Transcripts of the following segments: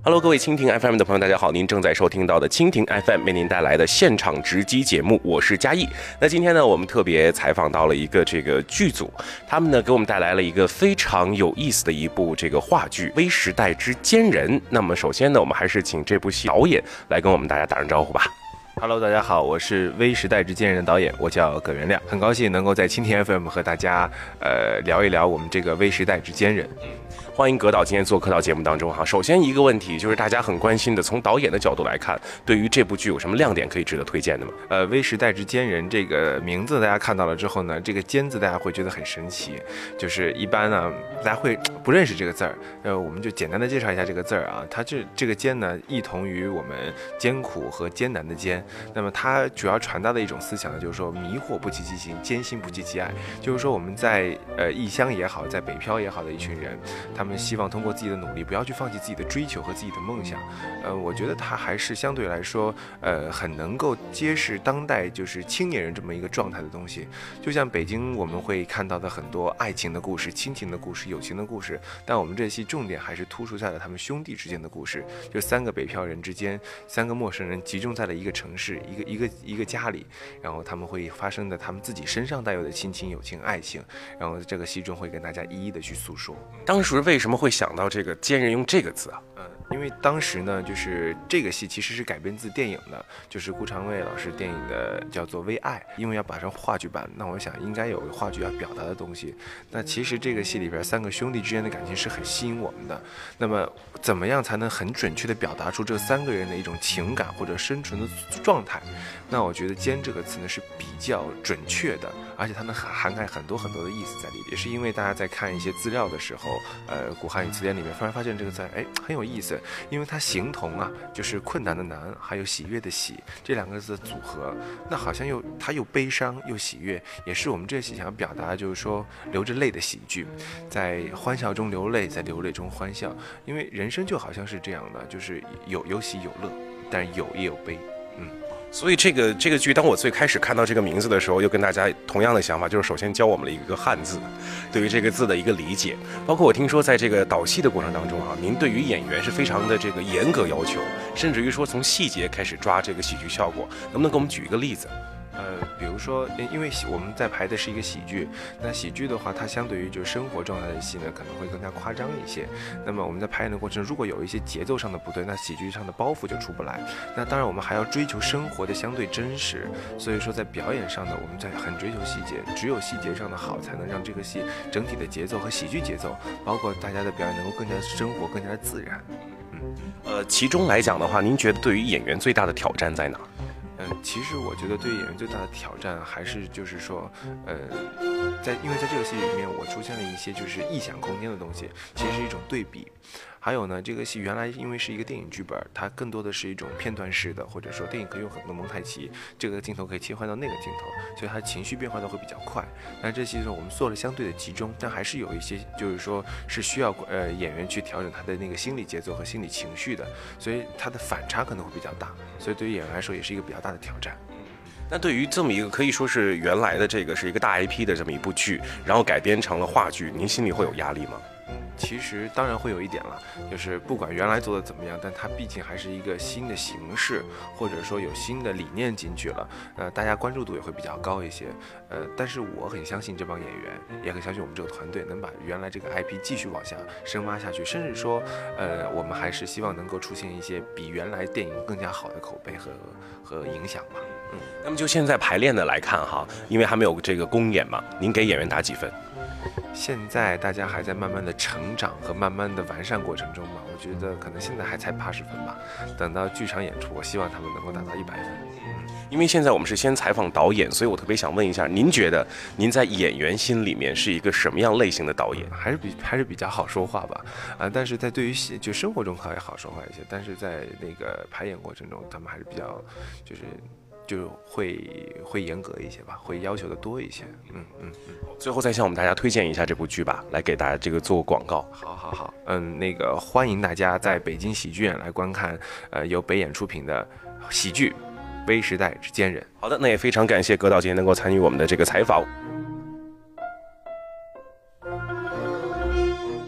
Hello， 各位蜻蜓 FM 的朋友，大家好！您正在收听到的蜻蜓 FM 为您带来的现场直击节目，我是嘉义。那今天呢，我们特别采访到了一个这个剧组，他们呢给我们带来了一个非常有意思的一部这个话剧《微时代之奸人》。那么首先呢，我们还是请这部戏导演来跟我们大家打声招呼吧。 Hello， 大家好，我是《微时代之奸人》的导演，我叫葛元亮，很高兴能够在蜻蜓 FM 和大家聊一聊我们这个《微时代之奸人》。 欢迎葛导今天做客到节目当中哈。首先一个问题就是大家很关心的，从导演的角度来看，对于这部剧有什么亮点可以值得推荐的吗？ 微时代之奸人这个名字大家看到了之后呢，这个奸字大家会觉得很神奇，就是一般呢大家会不认识这个字儿，我们就简单的介绍一下这个字儿啊，它这个奸呢异同于我们艰苦和艰难的艰，那么它主要传达的一种思想呢，就是说迷惑不及其心，艰辛不及其爱，就是说我们在异乡也好，在北漂也好的一群人，他们希望通过自己的努力，不要去放弃自己的追求和自己的梦想。我觉得它还是相对来说，很能够揭示当代就是青年人这么一个状态的东西。就像北京我们会看到的很多爱情的故事、亲情的故事、友情的故事，但我们这戏重点还是突出在了他们兄弟之间的故事，就三个北漂人之间，三个陌生人集中在了一个城市、一个家里，然后他们会发生的他们自己身上带有的亲情、友情、爱情，然后这个戏中会跟大家一一的去诉说。 当时为什么会想到这个奸人用这个字啊？ 因为当时呢，就是这个戏其实是改编自电影的，就是顾长卫老师电影的叫做《微爱》，因为要把成话剧版，那我想应该有话剧要表达的东西。那其实这个戏里边三个兄弟之间的感情是很吸引我们的。那么怎么样才能很准确地表达出这三个人的一种情感或者生存的状态？那我觉得“奸”这个词呢是比较准确的，而且它能涵盖很多很多的意思在里面。也是因为大家在看一些资料的时候，古汉语词典里面突然发现这个字，很有意思。因为它形同啊，就是困难的难，还有喜悦的喜这两个字的组合，那好像它又悲伤又喜悦，也是我们这戏想要表达，就是说流着泪的喜剧，在欢笑中流泪，在流泪中欢笑。因为人生就好像是这样的，就是有喜有乐，但是有也有悲。 所以这个剧，当我最开始看到这个名字的时候，又跟大家同样的想法，就是首先教我们了一个汉字，对于这个字的一个理解。包括我听说，在这个导戏的过程当中啊，您对于演员是非常的这个严格要求，甚至于说从细节开始抓这个喜剧效果。能不能给我们举一个例子？ 比如说，因为我们在排的是一个喜剧，那喜剧的话，它相对于就是生活状态的戏呢，可能会更加夸张一些。那么我们在排演的过程中，如果有一些节奏上的不对，那喜剧上的包袱就出不来。那当然，我们还要追求生活的相对真实。所以说，在表演上呢，我们在很追求细节，只有细节上的好，才能让这个戏整体的节奏和喜剧节奏，包括大家的表演能够更加的生活，更加的自然。 其中来讲的话，您觉得对于演员最大的挑战在哪？ 其实我觉得对演员最大的挑战还是就是说，因为在这个戏里面我出现了一些就是异想空间的东西，其实是一种对比。还有呢，这个戏原来因为是一个电影剧本，它更多的是一种片段式的，或者说电影可以用很多蒙太奇，这个镜头可以切换到那个镜头，所以它情绪变化的会比较快。但这戏中我们做了相对的集中，但还是有一些就是说是需要演员去调整他的那个心理节奏和心理情绪的，所以它的反差可能会比较大，所以对于演员来说也是一个比较大的挑战。 那对于这么一个可以说是原来的这个是一个大 IP 的这么一部剧，然后改编成了话剧，您心里会有压力吗？ 其实当然会有一点了，就是不管原来做的怎么样，但它毕竟还是一个新的形式，或者说有新的理念进去了，大家关注度也会比较高一些。但是我很相信这帮演员，也很相信我们这个团队能把原来这个 IP 继续往下深挖下去，甚至说，我们还是希望能够出现一些比原来电影更加好的口碑和影响吧。 那么就现在排练的来看哈，因为还没有这个公演嘛，您给演员打几分？ 现在大家还在慢慢的成长和慢慢的完善过程中嘛，我觉得可能现在还才80分吧。等到剧场演出，我希望他们能够达到100分。 因为现在我们是先采访导演，所以我特别想问一下，您觉得您在演员心里面是一个什么样类型的导演？ 还是比较好说话吧，但是在对于就生活中还好说话一些，但是在那个排演过程中，他们还是比较就会严格一些吧，会要求的多一些。 最后再向我们大家推荐一下这部剧吧，来给大家这个做广告。 好，那个欢迎大家在北京喜剧院来观看，由北演出品的喜剧《微时代之奸人》。 好的，那也非常感谢葛导今天能够参与我们的这个采访。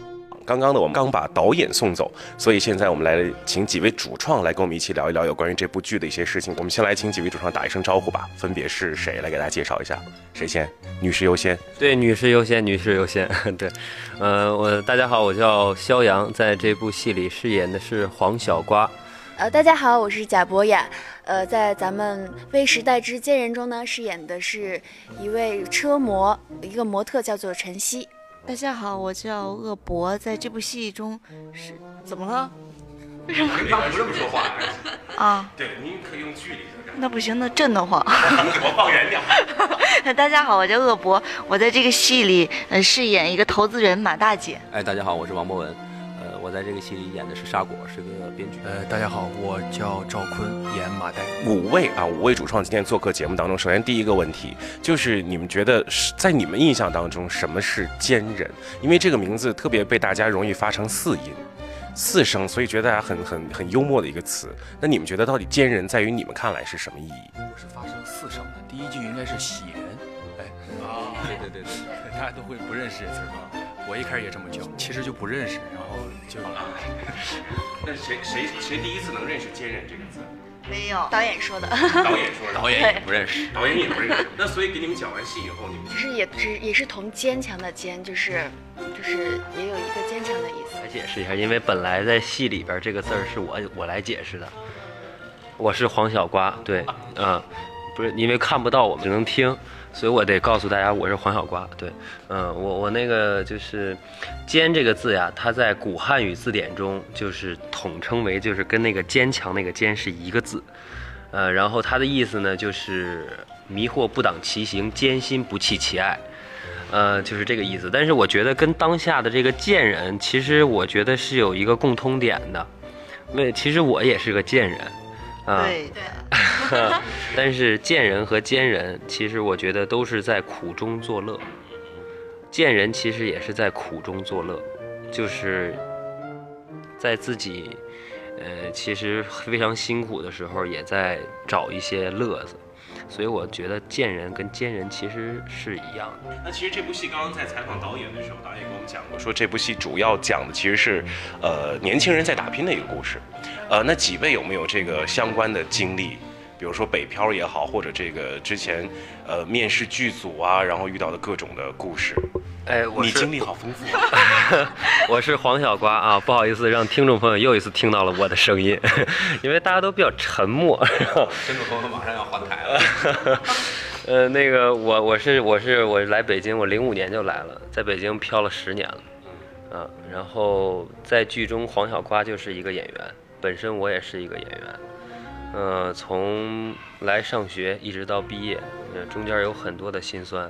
刚刚呢，我们刚把导演送走，所以现在我们来请几位主创来跟我们一起聊一聊有关于这部剧的一些事情。我们先来请几位主创打一声招呼吧，分别是谁来给大家介绍一下？谁先？女士优先。 对，女士优先，女士优先。对，大家好，我叫肖阳，在这部戏里饰演的是黄小瓜。 大家好，我是贾博雅。在咱们《为时代之奸人》中呢，饰演的是一位车模，一个模特，叫做陈曦。 大家好，我叫鄂博，在这部戏中是怎么了？为什么？ 你不这么说话啊？ 对，您可以用距离的。 那不行，那震得慌。 我放远点。 大家好，我叫鄂博，我在这个戏里饰演一个投资人马大姐。 哎，大家好，我是王博文。我在这个戏里演的是沙果，是个编剧。 大家好，我叫赵坤，演马代。 五位主创今天做客节目当中，首先第一个问题就是你们觉得在你们印象当中什么是奸人？因为这个名字特别被大家容易发成4音、4声，所以觉得大家很幽默的一个词。那你们觉得到底奸人在于你们看来是什么意义？ 我是发生4声的，第一句应该是喜人。哎，对，大家都会不认识这词儿吧？我一开始也这么叫，其实就不认识，然后就。 那谁第一次能认识奸人这个字？ 没有，导演说的。 导演说的， 导演也不认识， 导演也不认识。那所以给你们讲完戏以后，你们其实也是同坚强的坚，就是也有一个坚强的意思。 来解释一下，因为本来在戏里边这个字儿是我来解释的，我是黄小瓜，对，不是因为看不到我们只能听。所以我得告诉大家我是黄小瓜，对，我那个就是“坚”这个字呀，它在古汉语字典中就是统称为就是跟那个坚强那个“坚”是一个字，然后它的意思呢就是迷惑不党其行，坚心不弃其爱，就是这个意思。但是我觉得跟当下的这个贱人，其实我觉得是有一个共通点的，因为其实我也是个贱人。 对， 但是贱人和奸人，其实我觉得都是在苦中作乐。贱人其实也是在苦中作乐，就是在自己其实非常辛苦的时候，也在找一些乐子。所以我觉得贱人跟奸人其实是一样的。 那其实这部戏刚刚在采访导演的时候，导演跟我们讲过，说这部戏主要讲的其实是年轻人在打拼的一个故事。那几位有没有这个相关的经历？比如说北漂也好，或者这个之前面试剧组啊，然后遇到的各种的故事。 哎， 你经历好丰富。 我是黄小瓜啊，不好意思让听众朋友又一次听到了我的声音，因为大家都比较沉默。 听众朋友马上要换台了。 那个我来北京，我05年就来了，在北京漂了10年了，然后在剧中黄小瓜就是一个演员，本身我也是一个演员，从来上学一直到毕业，中间有很多的辛酸，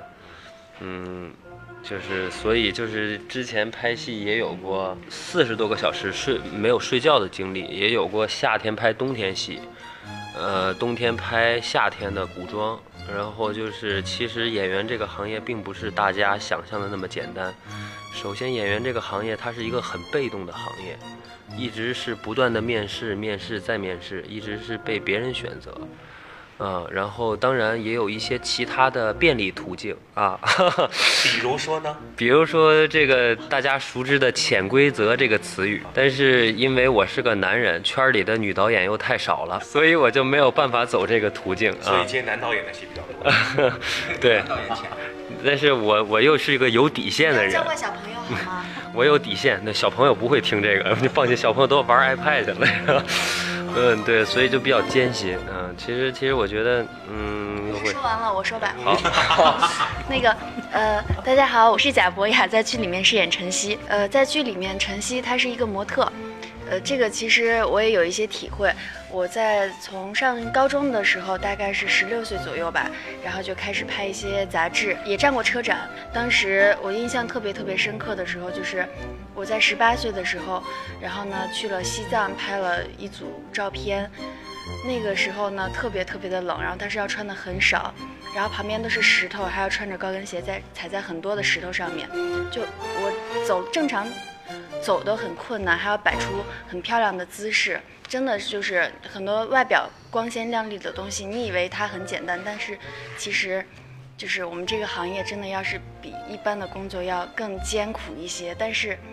就是所以就是之前拍戏也有过40多个小时没有睡觉的经历，也有过夏天拍冬天戏，冬天拍夏天的古装，然后就是其实演员这个行业并不是大家想象的那么简单。首先演员这个行业它是一个很被动的行业，一直是不断的面试再面试，一直是被别人选择。然后当然也有一些其他的便利途径啊， 比如说呢？ 比如说这个大家熟知的潜规则这个词语，但是因为我是个男人，圈里的女导演又太少了，所以我就没有办法走这个途径啊。 所以接男导演的戏比较多。 对，但是我又是一个有底线的人。 教过小朋友好吗？ 我有底线，那小朋友不会听这个，你放心，小朋友都玩 iPad 去了。对，所以就比较艰辛。其实我觉得， 说完了，我说吧。 好。 那个，大家好，我是贾博雅，在剧里面饰演陈曦。在剧里面，陈曦她是一个模特。这个其实我也有一些体会。我在从上高中的时候，大概是16岁左右吧，然后就开始拍一些杂志，也站过车展。当时我印象特别深刻的时候，就是我在18岁的时候，然后呢去了西藏拍了一组照片。那个时候呢特别的冷，然后但是要穿的很少，然后旁边都是石头，还要穿着高跟鞋踩在很多的石头上面，就我正常走得很困难，还要摆出很漂亮的姿势，真的就是很多外表光鲜亮丽的东西，你以为它很简单，但是其实就是我们这个行业真的要是比一般的工作要更艰苦一些，但是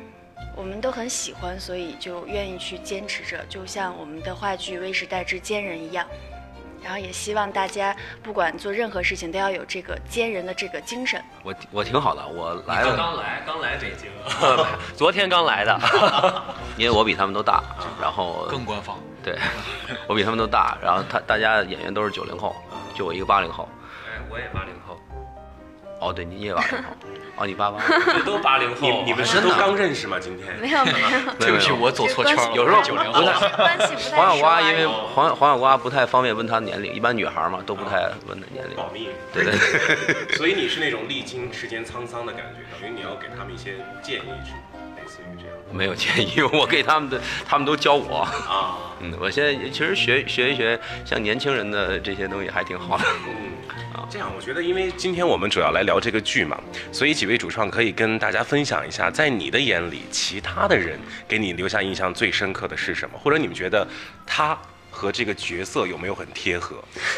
我们都很喜欢，所以就愿意去坚持着，就像我们的话剧《微时代之奸人》一样。然后也希望大家不管做任何事情都要有这个奸人的这个精神。 我挺好的，我来了， 刚来北京，昨天刚来的， 因为我比他们都大，然后更官方。 对，我比他们都大，然后大家演员都是90后，就我一个80后。 哎，我也80后。 哦，对，你也80后。哦，你88， 都80后。 你们是都刚认识吗？今天？ 没有。 对不起，我走错圈了。 有时候 90后。 关系不太熟。 黄小瓜因为黄小瓜不太方便问他年龄，一般女孩嘛都不太问他年龄。 保密。 对。 所以你是那种历经时间沧桑的感觉，等于你要给他们一些建议，是类似于这样。 没有建议，我给他们的，他们都教我啊。 我现在其实学一学像年轻人的这些东西还挺好的。 这样我觉得，因为今天我们主要来聊这个剧嘛，所以几位主创可以跟大家分享一下，在你的眼里，其他的人给你留下印象最深刻的是什么？或者你们觉得他和这个角色有没有很贴合？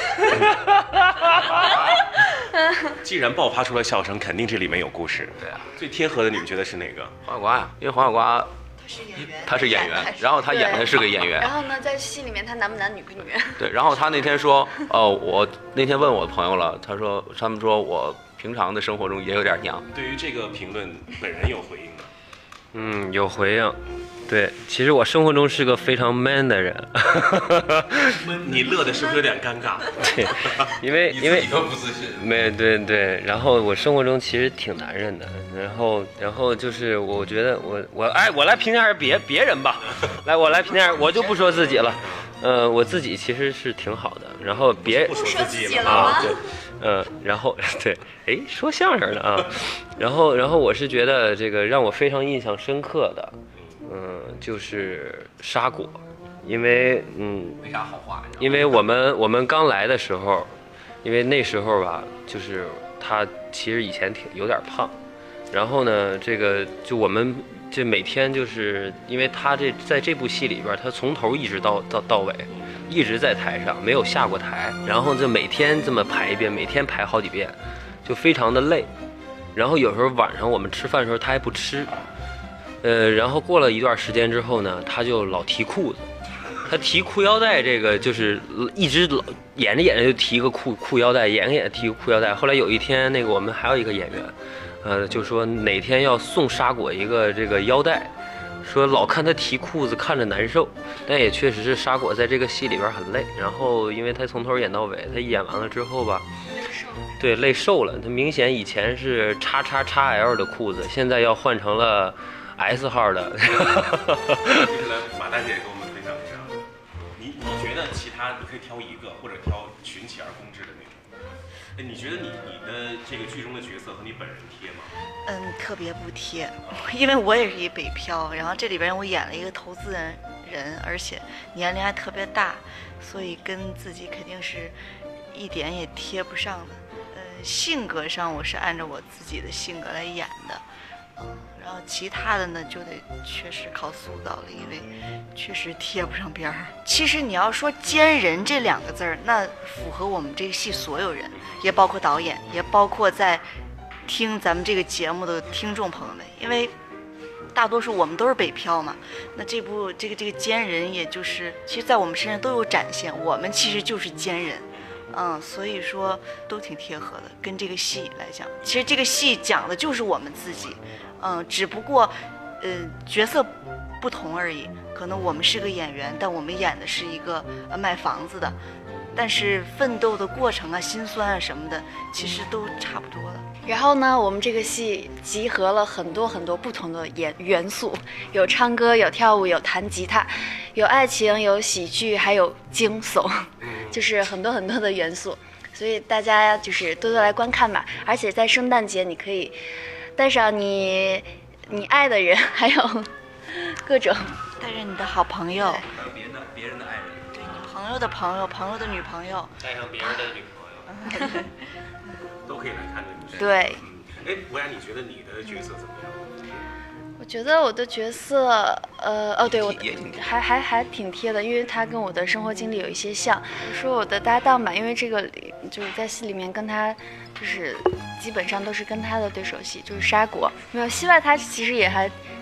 既然爆发出了笑声，肯定这里面有故事。 对啊， 最贴合的你们觉得是哪个？ 黄小瓜呀，因为黄小瓜他是演员，然后他演的是个演员。 然后呢，在戏里面他男不男女不女？ 对，然后他那天说，我那天问我朋友了，他们说我平常的生活中也有点娘。 对于这个评论，本人有回应吗？ 有回应。对，其实我生活中是个非常 man 的人。 你乐的是不是有点尴尬？ 对，因为你都不自信。 没对，然后我生活中其实挺男人的，然后就是我觉得我来评价一下别人吧，我来评价，我就不说自己了，我自己其实是挺好的，然后不说自己了吗？ 对，然后对，哎，说相声的啊，然后我是觉得这个让我非常印象深刻的。就是沙果，因为没啥好话。 因为我们刚来的时候，因为那时候吧，就是他其实以前有点胖，然后呢，这个就我们这每天就是因为他在这部戏里边，他从头一直到尾，一直在台上没有下过台，然后就每天这么排一遍，每天排好几遍，就非常的累。然后有时候晚上我们吃饭的时候他还不吃。然后过了一段时间之后呢，他就老提裤子，他提裤腰带，这个就是一直演着就提一个裤腰带，演着提个裤腰带。后来有一天，那个我们还有一个演员，就说哪天要送沙果一个这个腰带，说老看他提裤子看着难受，但也确实是沙果在这个戏里边很累。然后因为他从头演到尾，他演完了之后吧，对，累瘦了。他明显以前是XXXL 的裤子，现在要换成了S 号的。 接下来马大姐给我们分享一下，你觉得其他你可以挑一个，或者挑群起而攻之的那种。哎，你觉得你的这个剧中的角色和你本人贴吗？ 特别不贴，因为我也是一北漂，然后这里边我演了一个投资人，而且年龄还特别大，所以跟自己肯定是一点也贴不上的。性格上我是按照我自己的性格来演的。然后其他的呢就得确实靠塑造了，因为确实贴不上边儿。其实你要说奸人这2个字儿，那符合我们这个戏所有人，也包括导演，也包括在听咱们这个节目的听众朋友们，因为大多数我们都是北漂嘛，那这个奸人也就是其实在我们身上都有展现，我们其实就是奸人。所以说都挺贴合的，跟这个戏来讲，其实这个戏讲的就是我们自己，只不过，角色不同而已。可能我们是个演员，但我们演的是一个卖房子的，但是奋斗的过程啊、辛酸啊什么的，其实都差不多了。 然后呢，我们这个戏集合了很多不同的元素，有唱歌，有跳舞，有弹吉他，有爱情，有喜剧，还有惊悚，就是很多的元素。所以大家就是多来观看吧。而且在圣诞节，你可以带上你爱的人，还有各种带着你的好朋友， 还有别人的爱人， 朋友的朋友，朋友的女朋友， 带上别人的女朋友。 都可以来看这个。 对。 哎，吴雅，你觉得你的角色怎么样？ 我觉得我的角色，对，我还挺贴的，因为他跟我的生活经历有一些像。说我的搭档吧，因为这个就是在戏里面跟他就是基本上都是跟他的对手戏，就是沙果。没有戏外，他其实也还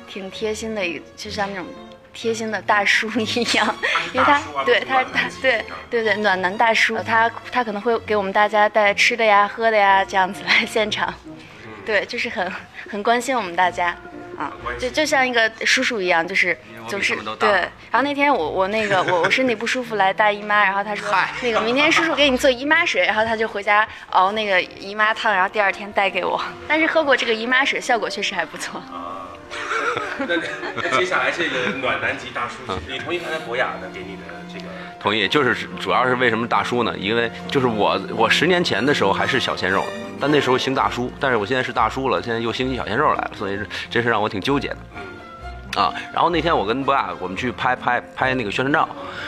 挺贴心的就像那种贴心的大叔一样，因为他对暖男大叔，他可能会给我们大家带吃的呀喝的呀这样子来现场，对，就是很关心我们大家。就像一个叔叔一样，就是总是对。然后那天我身体不舒服来大姨妈，然后他说那个明天叔叔给你做姨妈水，然后他就回家熬那个姨妈汤，然后第2天带给我。但是喝过这个姨妈水，效果确实还不错。 那接下来这个暖男级大叔，你同意刚才博雅的给你的这个？ 同意，就是主要是为什么大叔呢？因为就是我10年前的时候还是小鲜肉，但那时候兴大叔，但是我现在是大叔了，现在又兴起小鲜肉来了，所以真是让我挺纠结的。然后那天我跟博雅我们去拍那个宣传照，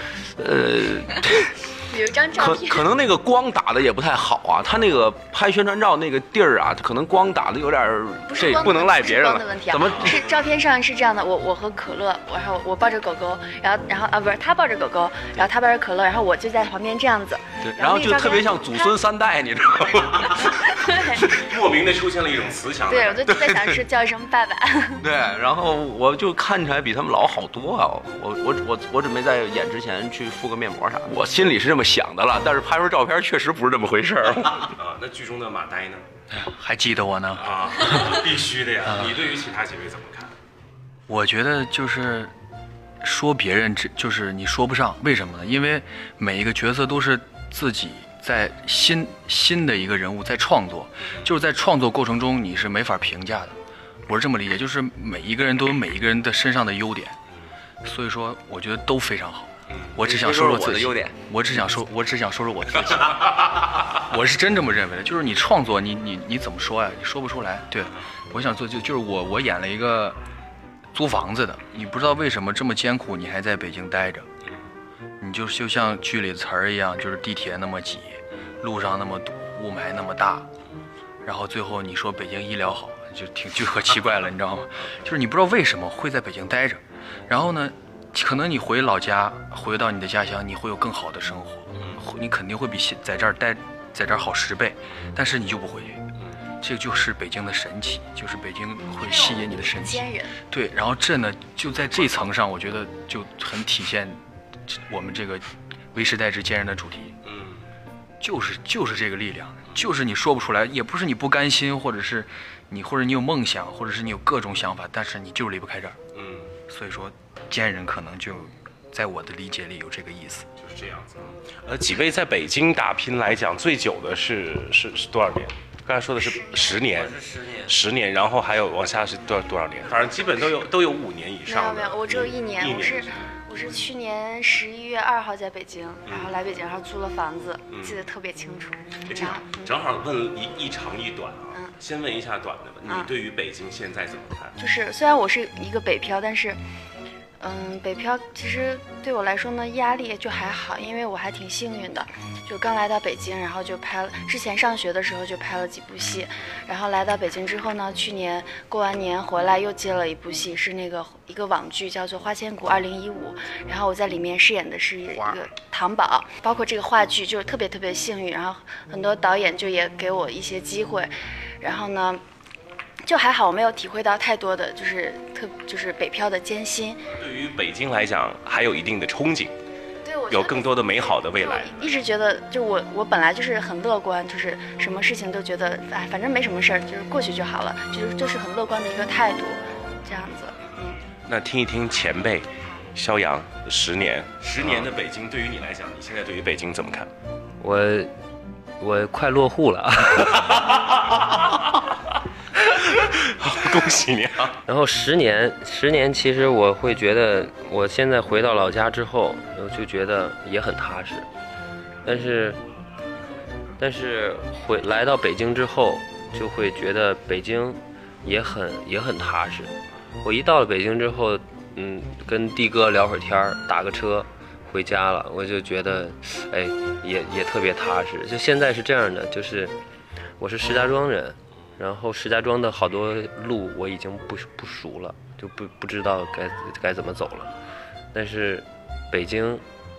有一张照片， 可能那个光打的也不太好啊，他那个拍宣传照那个地儿啊，可能光打的有点这不能赖别人了。 怎么是照片上是这样的？我和可乐，然后我抱着狗狗，然后不是他抱着狗狗，然后他抱着可乐，然后我就在旁边这样子。 对，然后就特别像祖孙3代，你知道吗？ 对， 莫名的出现了一种慈祥。 对，我就特别想是叫一声爸爸。 对，然后我就看起来比他们老好多啊！我准备在演之前去敷个面膜啥的，我心里是这么想的了，但是拍出照片确实不是这么回事儿。 那剧中的马呆呢？ 还记得我呢？ 必须的呀！你对于其他几位怎么看？ 我觉得就是说别人就是你说不上，为什么呢？因为每一个角色都是自己在新的一个人物在创作，就是在创作过程中你是没法评价的。我是这么理解，就是每一个人都有每一个人的身上的优点，所以说我觉得都非常好。我只想说说自己的优点， 我只想说说我自己。我是真这么认为的，就是你创作，你怎么说呀？你说不出来。对，我想做就是我演了一个租房子的，你不知道为什么这么艰苦，你还在北京待着，你就像剧里的词儿一样，就是地铁那么挤，路上那么堵，雾霾那么大，然后最后你说北京医疗好，就可奇怪了，你知道吗？就是你不知道为什么会在北京待着，然后呢？可能你回老家，回到你的家乡，你会有更好的生活，你肯定会比在这儿好10倍，但是你就不回去，这个就是北京的神奇，就是北京会吸引你的神奇。对，然后这呢就在这层上，我觉得就很体现我们这个微时代之坚韧的主题，就是这个力量，就是你说不出来，也不是你不甘心，或者你有梦想，或者是你有各种想法，但是你就是离不开这儿，所以说。坚韧可能就在我的理解里有这个意思， 就是这样子。几位在北京打拼来讲，最久的是多少年？刚才说的是10年，10年，然后还有往下是多少年？反正基本都有5年以上。 没有，我只有1年。我是去年11月2号在北京，然后来北京，然后租了房子，记得特别清楚。 正好问一长一短啊。先问一下短的，你对于北京现在怎么看？ 就是虽然我是一个北漂，但是。北漂其实对我来说呢，压力就还好，因为我还挺幸运的，就刚来到北京，然后就拍了，之前上学的时候就拍了几部戏，然后来到北京之后呢，去年过完年回来又接了一部戏，是一个网剧叫做《花千骨2015》，然后我在里面饰演的是一个糖宝，包括这个话剧就是特别特别幸运，然后很多导演就也给我一些机会，然后呢。就还好，我没有体会到太多的就是北漂的艰辛。 对于北京来讲，还有一定的憧憬， 对我有更多的美好的未来。 一直觉得，就我本来就是很乐观，就是什么事情都觉得，反正没什么事儿，就是过去就好了，就是很乐观的一个态度，这样子。 那听一听前辈肖阳10年的北京，对于你来讲，你现在对于北京怎么看？ 我快落户了。 恭喜你啊！ 然后10年，其实我会觉得，我现在回到老家之后，我就觉得也很踏实。但是来到北京之后，就会觉得北京也很踏实。我一到了北京之后，跟的哥聊会儿天儿，打个车回家了，我就觉得，也特别踏实。就现在是这样的，就是我是石家庄人。然后石家庄的好多路我已经不熟了，就不知道该怎么走了。但是北京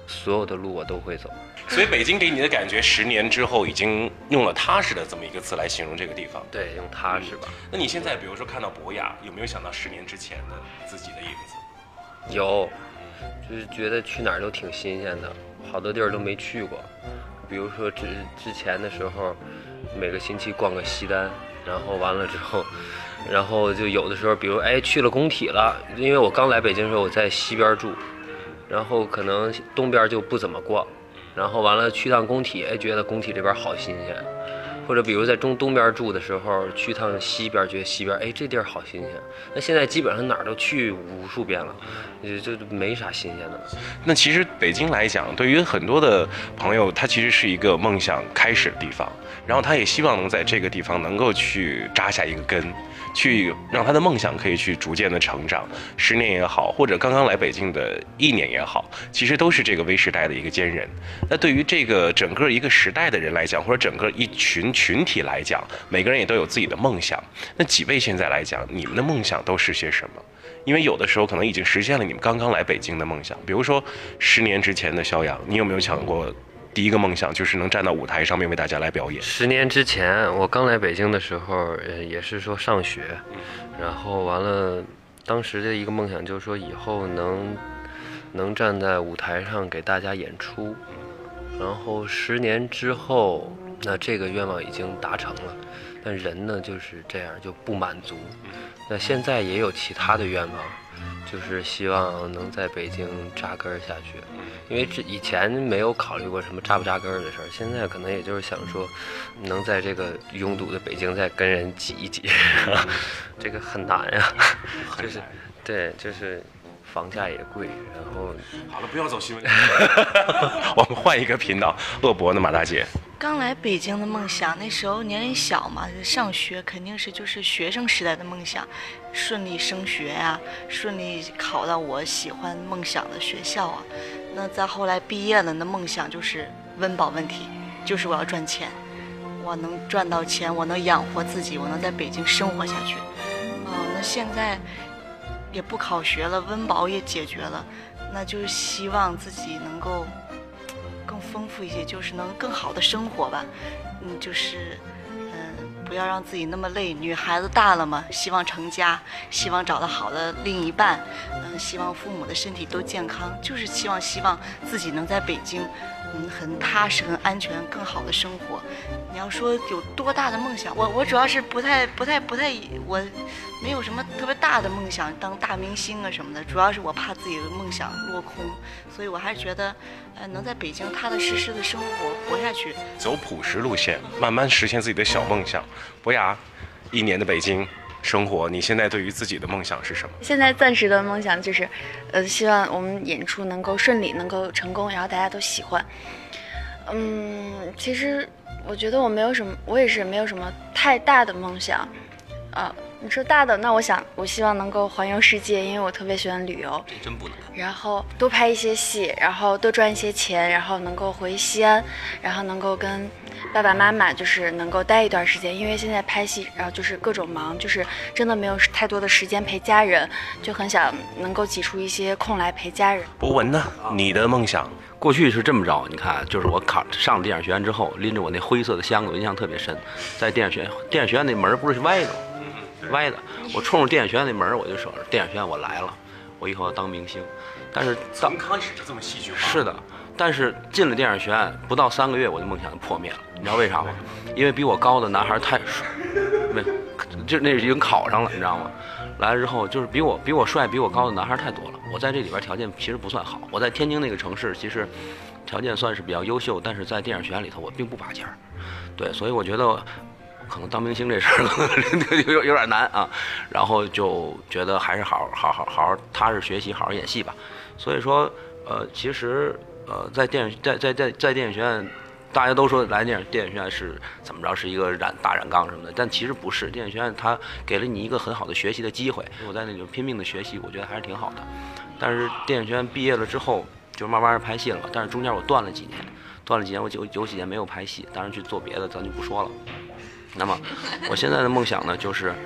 所有的路我都会走。 所以北京给你的感觉，10年之后已经用了踏实的这么一个词来形容这个地方。 对，用踏实吧。 那你现在比如说看到博雅，有没有想到10年之前的自己的影子？ 有，就是觉得去哪儿都挺新鲜的，好多地儿都没去过。比如说之前的时候，每个星期逛个西单，然后完了之后，然后就有的时候，比如去了工体了，因为我刚来北京的时候我在西边住，然后可能东边就不怎么逛。然后完了去趟工体，觉得工体这边好新鲜，或者比如在东边住的时候，去趟西边，觉得西边这地儿好新鲜。那现在基本上哪儿都去无数遍了，就没啥新鲜的。 那其实北京来讲，对于很多的朋友，它其实是一个梦想开始的地方，然后他也希望能在这个地方能够去扎下一个根。去让他的梦想可以去逐渐的成长，10年也好，或者刚刚来北京的1年也好，其实都是这个微时代的一个坚韧。那对于这个整个一个时代的人来讲，或者整个一群体来讲，每个人也都有自己的梦想。那几位现在来讲，你们的梦想都是些什么？因为有的时候可能已经实现了你们刚刚来北京的梦想，比如说10年之前的肖阳，你有没有想过？第一个梦想就是能站到舞台上面为大家来表演。 10年之前，我刚来北京的时候，也是说上学，然后完了，当时的一个梦想就是说以后能站在舞台上给大家演出，然后10年之后，那这个愿望已经达成了，但人呢就是这样就不满足，那现在也有其他的愿望。就是希望能在北京扎根下去，因为以前没有考虑过什么扎不扎根的事儿，现在可能也就是想说，能在这个拥堵的北京再跟人挤一挤，这个很难呀，就是对，就是房价也贵，然后好了，不要走新闻，我们换一个频道。鄂博的马大姐， 刚来北京的梦想，那时候年龄小嘛，上学肯定是就是学生时代的梦想，顺利升学呀，顺利考到我喜欢梦想的学校啊。那在后来毕业了，那梦想就是温饱问题，就是我要赚钱，我能赚到钱，我能养活自己，我能在北京生活下去。那现在也不考学了，温饱也解决了，那就是希望自己能够更丰富一些，就是能更好的生活吧。就是不要让自己那么累。女孩子大了嘛，希望成家，希望找到好的另一半，希望父母的身体都健康，就是希望自己能在北京，很踏实、很安全、更好的生活。你要说有多大的梦想，我主要是不太，我没有什么特别大的梦想，当大明星啊什么的。主要是我怕自己的梦想落空，所以我还是觉得，能在北京踏踏实实的生活活下去， 走朴实路线，慢慢实现自己的小梦想。博雅，1年的北京生活，你现在对于自己的梦想是什么？ 现在暂时的梦想就是，希望我们演出能够顺利，能够成功，然后大家都喜欢。其实我觉得我也是没有什么太大的梦想。你说大的，那我希望能够环游世界，因为我特别喜欢旅游。 这真不难。 然后多拍一些戏，然后多赚一些钱，然后能够回西安，然后能够跟爸爸妈妈就是能够待一段时间，因为现在拍戏，然后就是各种忙，就是真的没有太多的时间陪家人，就很想能够挤出一些空来陪家人。 博文呢？你的梦想？ 过去是这么着，你看，就是我上了电影学院之后，拎着我那灰色的箱子，我印象特别深。在电影学院那门不是歪的吗？歪的，我冲着电影学院那门，我就说电影学院我来了，我以后要当明星。但是从开始就这么戏剧化。 是的，但是进了电影学院不到3个月，我的梦想就破灭了。你知道为啥吗？因为比我高的男孩太帅，没，就那已经考上了，你知道吗？来了之后就是比我帅、比我高的男孩太多了。我在这里边条件其实不算好，我在天津那个城市其实条件算是比较优秀，但是在电影学院里头我并不拔尖儿。对，所以我觉得。可能当明星这事儿可能有点难啊，然后就觉得还是好好踏实学习，好好演戏吧。所以说，其实在电影学院，大家都说来电影学院是怎么着，是一个大染缸什么的，但其实不是。电影学院它给了你一个很好的学习的机会，我在那种拼命的学习，我觉得还是挺好的。但是电影学院毕业了之后，就慢慢拍戏了，但是中间我断了几年，我有几年没有拍戏，当然去做别的咱就不说了。那么我现在的梦想呢，就是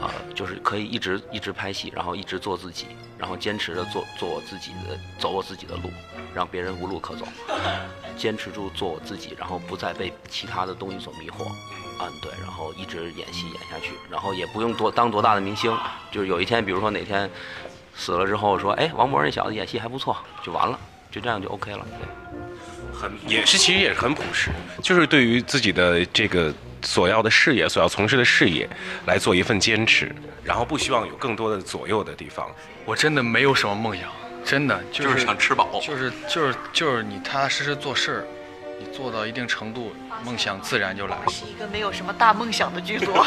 就是可以一直拍戏，然后一直做自己，然后坚持的做我自己的，走我自己的路，让别人无路可走，坚持住做我自己，然后不再被其他的东西所迷惑。对，然后一直演戏演下去，然后也不用当多大的明星，就是有一天，比如说哪天死了之后说，哎，王博那小子演戏还不错，就完了，就这样就 OK 了。对， 其实也是很朴实，就是对于自己的这个所要的事业，所要从事的事业，来做一份坚持，然后不希望有更多的左右的地方。 我真的没有什么梦想，真的就是想吃饱， 就是你踏踏实实做事儿，你做到一定程度，梦想自然就来了。 是一个没有什么大梦想的剧组。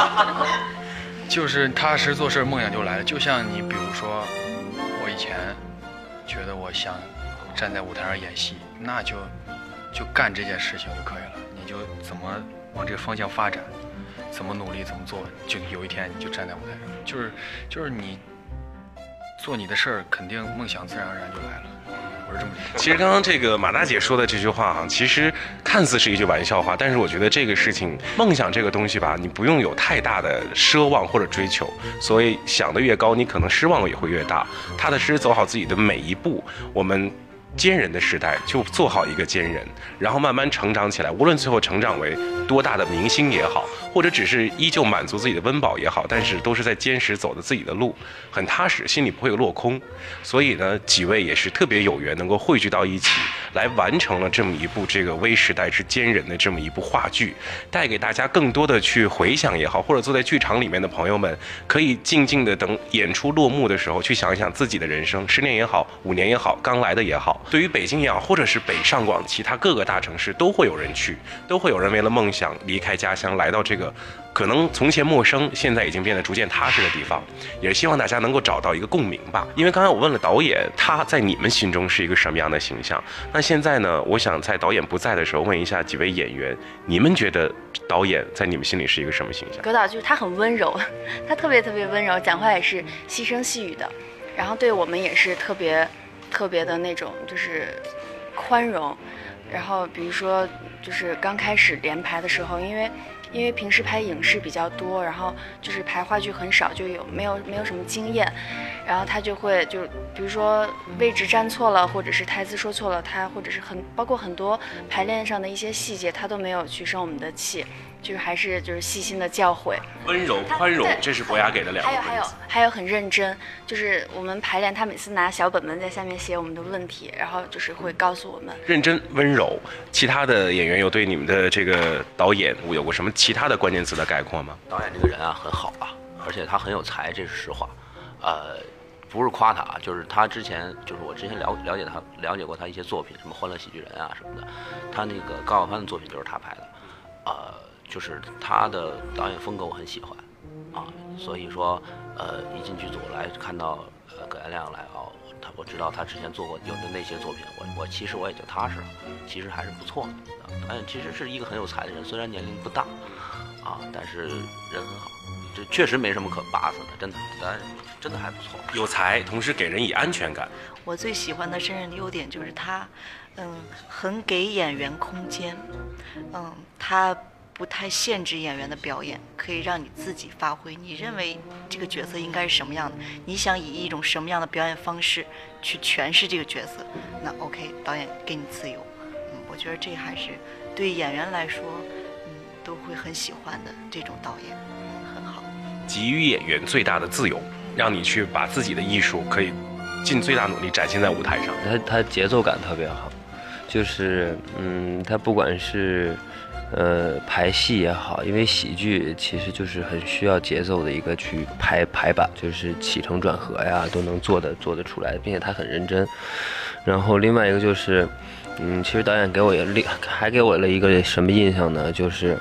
就是踏踏实实做事，梦想就来了。就像你比如说，我以前觉得我想站在舞台上演戏，那就干这件事情就可以了。你就怎么往这个方向发展，怎么努力怎么做，就有一天你就站在舞台上。就是你做你的事儿，肯定梦想自然而然就来了。我是这么理解。 其实刚刚这个马大姐说的这句话哈，其实看似是一句玩笑话，但是我觉得这个事情，梦想这个东西吧，你不用有太大的奢望或者追求，所以想得越高，你可能失望也会越大。踏踏实实走好自己的每一步，我们奸人的时代就做好一个奸人，然后慢慢成长起来，无论最后成长为多大的明星也好，或者只是依旧满足自己的温饱也好，但是都是在坚实走的自己的路，很踏实，心里不会落空。所以呢，几位也是特别有缘能够汇聚到一起，来完成了这么一部这个微时代之奸人的这么一部话剧，带给大家更多的去回想也好，或者坐在剧场里面的朋友们可以静静的等演出落幕的时候去想一想自己的人生，10年也好，5年也好，刚来的也好，对于北京也好，或者是北上广其他各个大城市都会有人去，都会有人为了梦想离开家乡来到这个可能从前陌生现在已经变得逐渐踏实的地方，也是希望大家能够找到一个共鸣吧。因为刚才我问了导演，他在你们心中是一个什么样的形象，那现在呢，我想在导演不在的时候问一下几位演员，你们觉得导演在你们心里是一个什么形象？ 葛导就是他很温柔，他特别温柔，讲话也是细声细语的，然后对我们也是特别的那种就是宽容。然后比如说就是刚开始连排的时候，因为平时拍影视比较多，然后就是排话剧很少，就没有什么经验，然后他就会就比如说位置站错了，或者是台词说错了，他或者是包括很多排练上的一些细节，他都没有去生我们的气，就是还是就是细心的教诲， 温柔宽容，这是博雅给的两个分词。 还有很认真，就是我们排练，他每次拿小本本在下面写我们的问题，然后就是会告诉我们。 认真温柔。其他的演员有对你们的这个导演有过什么其他的关键词的概括吗？ 导演这个人啊很好啊，而且他很有才，这是实话。不是夸他啊，就是他之前就是我之前了解过他一些作品，什么《欢乐喜剧人》啊什么的，他那个高晓攀的作品就是他拍的，就是他的导演风格我很喜欢啊，所以说一进剧组来看到葛延亮来啊，我知道他之前做过有的那些作品，我其实我也就踏实了，其实还是不错的。导演其实是一个很有才的人，虽然年龄不大啊，但是人很好，这确实没什么可巴死的，真的，导演真的还不错， 有才，同时给人以安全感。 我最喜欢的身上的优点就是他，很给演员空间，他不太限制演员的表演，可以让你自己发挥。你认为这个角色应该是什么样的？你想以一种什么样的表演方式去诠释这个角色？那 OK， 导演给你自由。我觉得这还是对演员来说，都会很喜欢的这种导演，很好。 给予演员最大的自由，让你去把自己的艺术可以尽最大努力展现在舞台上。 他节奏感特别好，就是他不管是排戏也好，因为喜剧其实就是很需要节奏的一个去排版，就是起承转合呀都能做得出来，并且他很认真。然后另外一个就是其实导演还给我了一个什么印象呢？就是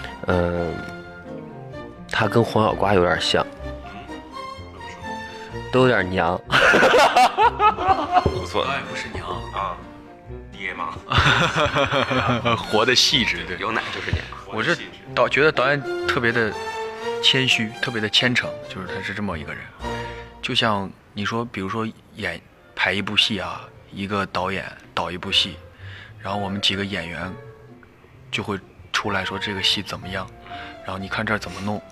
他跟黄小瓜有点像，都有点娘。 不错， 导演不是娘啊，爹嘛， 活得细致，对， 有奶就是娘。 我是觉得导演特别的谦虚，特别的虔诚，就是他是这么一个人。就像你说，比如说排一部戏啊，一个导演导一部戏，然后我们几个演员就会出来说这个戏怎么样，然后你看这儿怎么弄，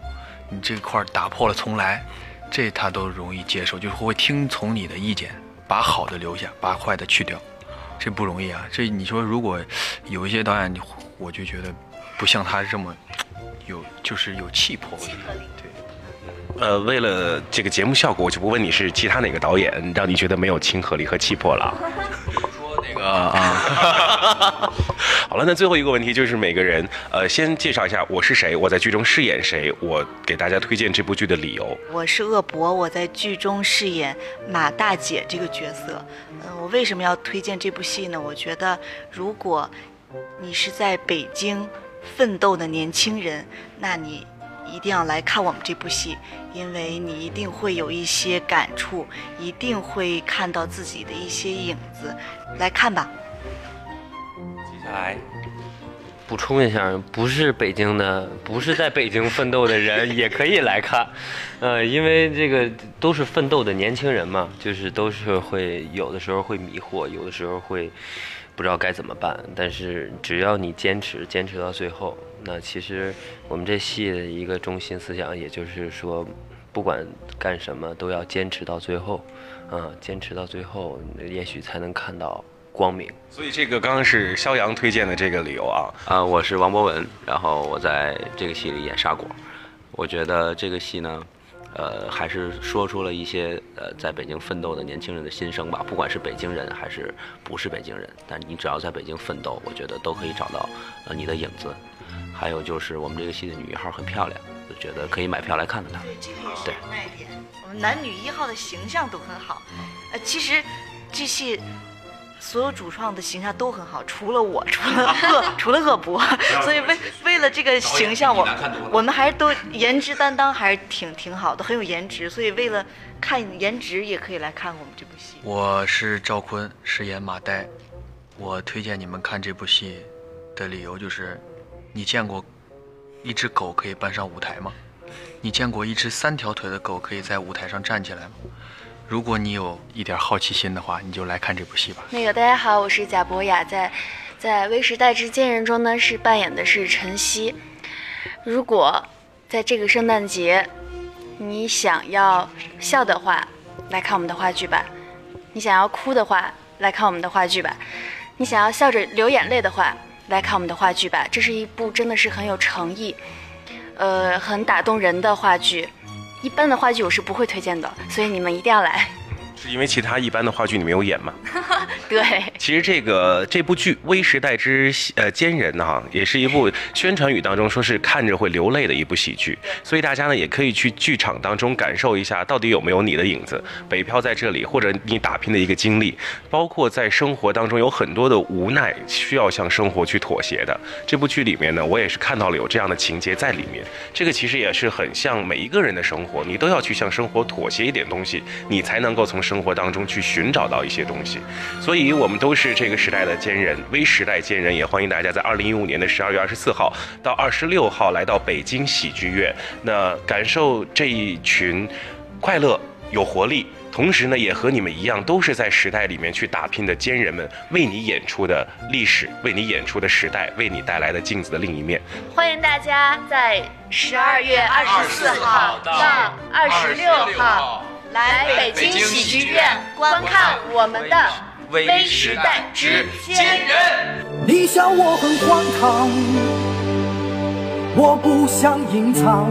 你这块打破了重来，这他都容易接受，就是会听从你的意见，把好的留下，把坏的去掉，这不容易啊。这你说如果有一些导演，我就觉得不像他这么就是有气魄，对。 为了这个节目效果，我就不问你是其他哪个导演让你觉得没有亲和力和气魄了。 说那个啊， 好了，那最后一个问题就是每个人，先介绍一下我是谁，我在剧中饰演谁，我给大家推荐这部剧的理由。 我是鄂博，我在剧中饰演马大姐这个角色。我为什么要推荐这部戏呢？我觉得如果你是在北京奋斗的年轻人，那你一定要来看我们这部戏，因为你一定会有一些感触，一定会看到自己的一些影子，来看吧。 接下来补充一下，不是北京的，不是在北京奋斗的人也可以来看，因为这个都是奋斗的年轻人嘛，就是都是会有的时候会迷惑，有的时候会不知道该怎么办，但是只要你坚持到最后，那其实我们这戏的一个中心思想，也就是说，不管干什么都要坚持到最后，坚持到最后，也许才能看到光明。 所以这个刚刚是肖阳推荐的这个理由啊。 我是王博文，然后我在这个戏里演沙果。我觉得这个戏呢，还是说出了一些在北京奋斗的年轻人的心声吧。不管是北京人还是不是北京人，但你只要在北京奋斗，我觉得都可以找到你的影子。还有就是我们这个戏的女一号很漂亮，我觉得可以买票来看看她。 对，这个也是卖点。我们男女一号的形象都很好。其实这戏所有主创的形象都很好，除了我，除了鄂博，所以为了这个形象，我们还是都颜值担当还是挺好的，很有颜值，所以为了看颜值也可以来看我们这部戏。 我是赵坤，饰演马呆。我推荐你们看这部戏的理由就是，你见过一只狗可以搬上舞台吗？你见过一只3条腿的狗可以在舞台上站起来吗？如果你有一点好奇心的话，你就来看这部戏吧。 大家好，我是贾博雅，在微时代之奸人中呢是扮演的是晨曦。如果在这个圣诞节你想要笑的话，来看我们的话剧吧；你想要哭的话，来看我们的话剧吧；你想要笑着流眼泪的话，来看我们的话剧吧。这是一部真的是很有诚意，很打动人的话剧。一般的话剧我是不会推荐的，所以你们一定要来。 是因为其他一般的话剧你没有演吗？ 对， 其实这部剧《微时代之奸人》也是一部宣传语当中说是看着会流泪的一部喜剧，所以大家呢也可以去剧场当中感受一下，到底有没有你的影子。北漂在这里，或者你打拼的一个经历，包括在生活当中有很多的无奈，需要向生活去妥协的。这部剧里面呢，我也是看到了有这样的情节在里面。这个其实也是很像每一个人的生活，你都要去向生活妥协一点东西，你才能够从生活当中去寻找到一些东西。所以我们都是这个时代的奸人，微时代奸人，也欢迎大家在2015年的12月24号到26号来到北京喜剧院，那感受这一群快乐有活力，同时呢也和你们一样都是在时代里面去打拼的奸人们为你演出的历史，为你演出的时代，为你带来的镜子的另一面。 欢迎大家在12月24号到26号来北京喜剧院观看我们的微时代之奸人。 你笑我很荒唐，我不想隐藏，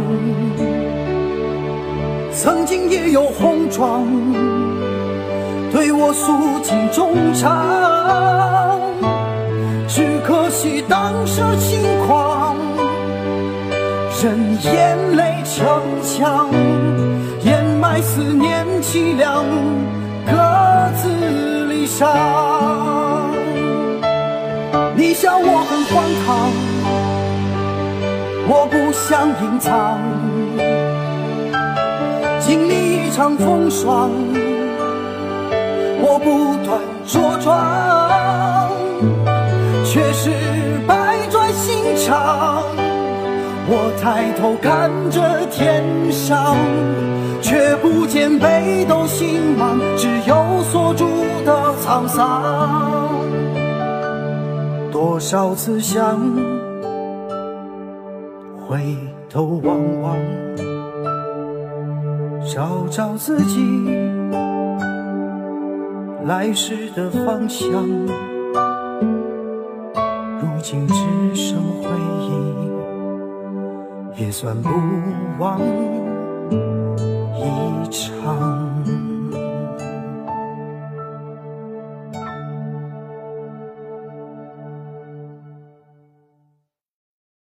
曾经也有红妆对我诉尽衷肠，只可惜当时轻狂，任眼泪成墙，掩埋思念凄凉，各自离殇。你笑我很荒唐，我不想隐藏，经历一场风霜，我不断茁壮，却是百转心肠。我抬头看着天上，却不见北斗星芒，只有锁住的沧桑。多少次想回头望望， 找找自己来时的方向，如今只剩回忆，也算不枉一场。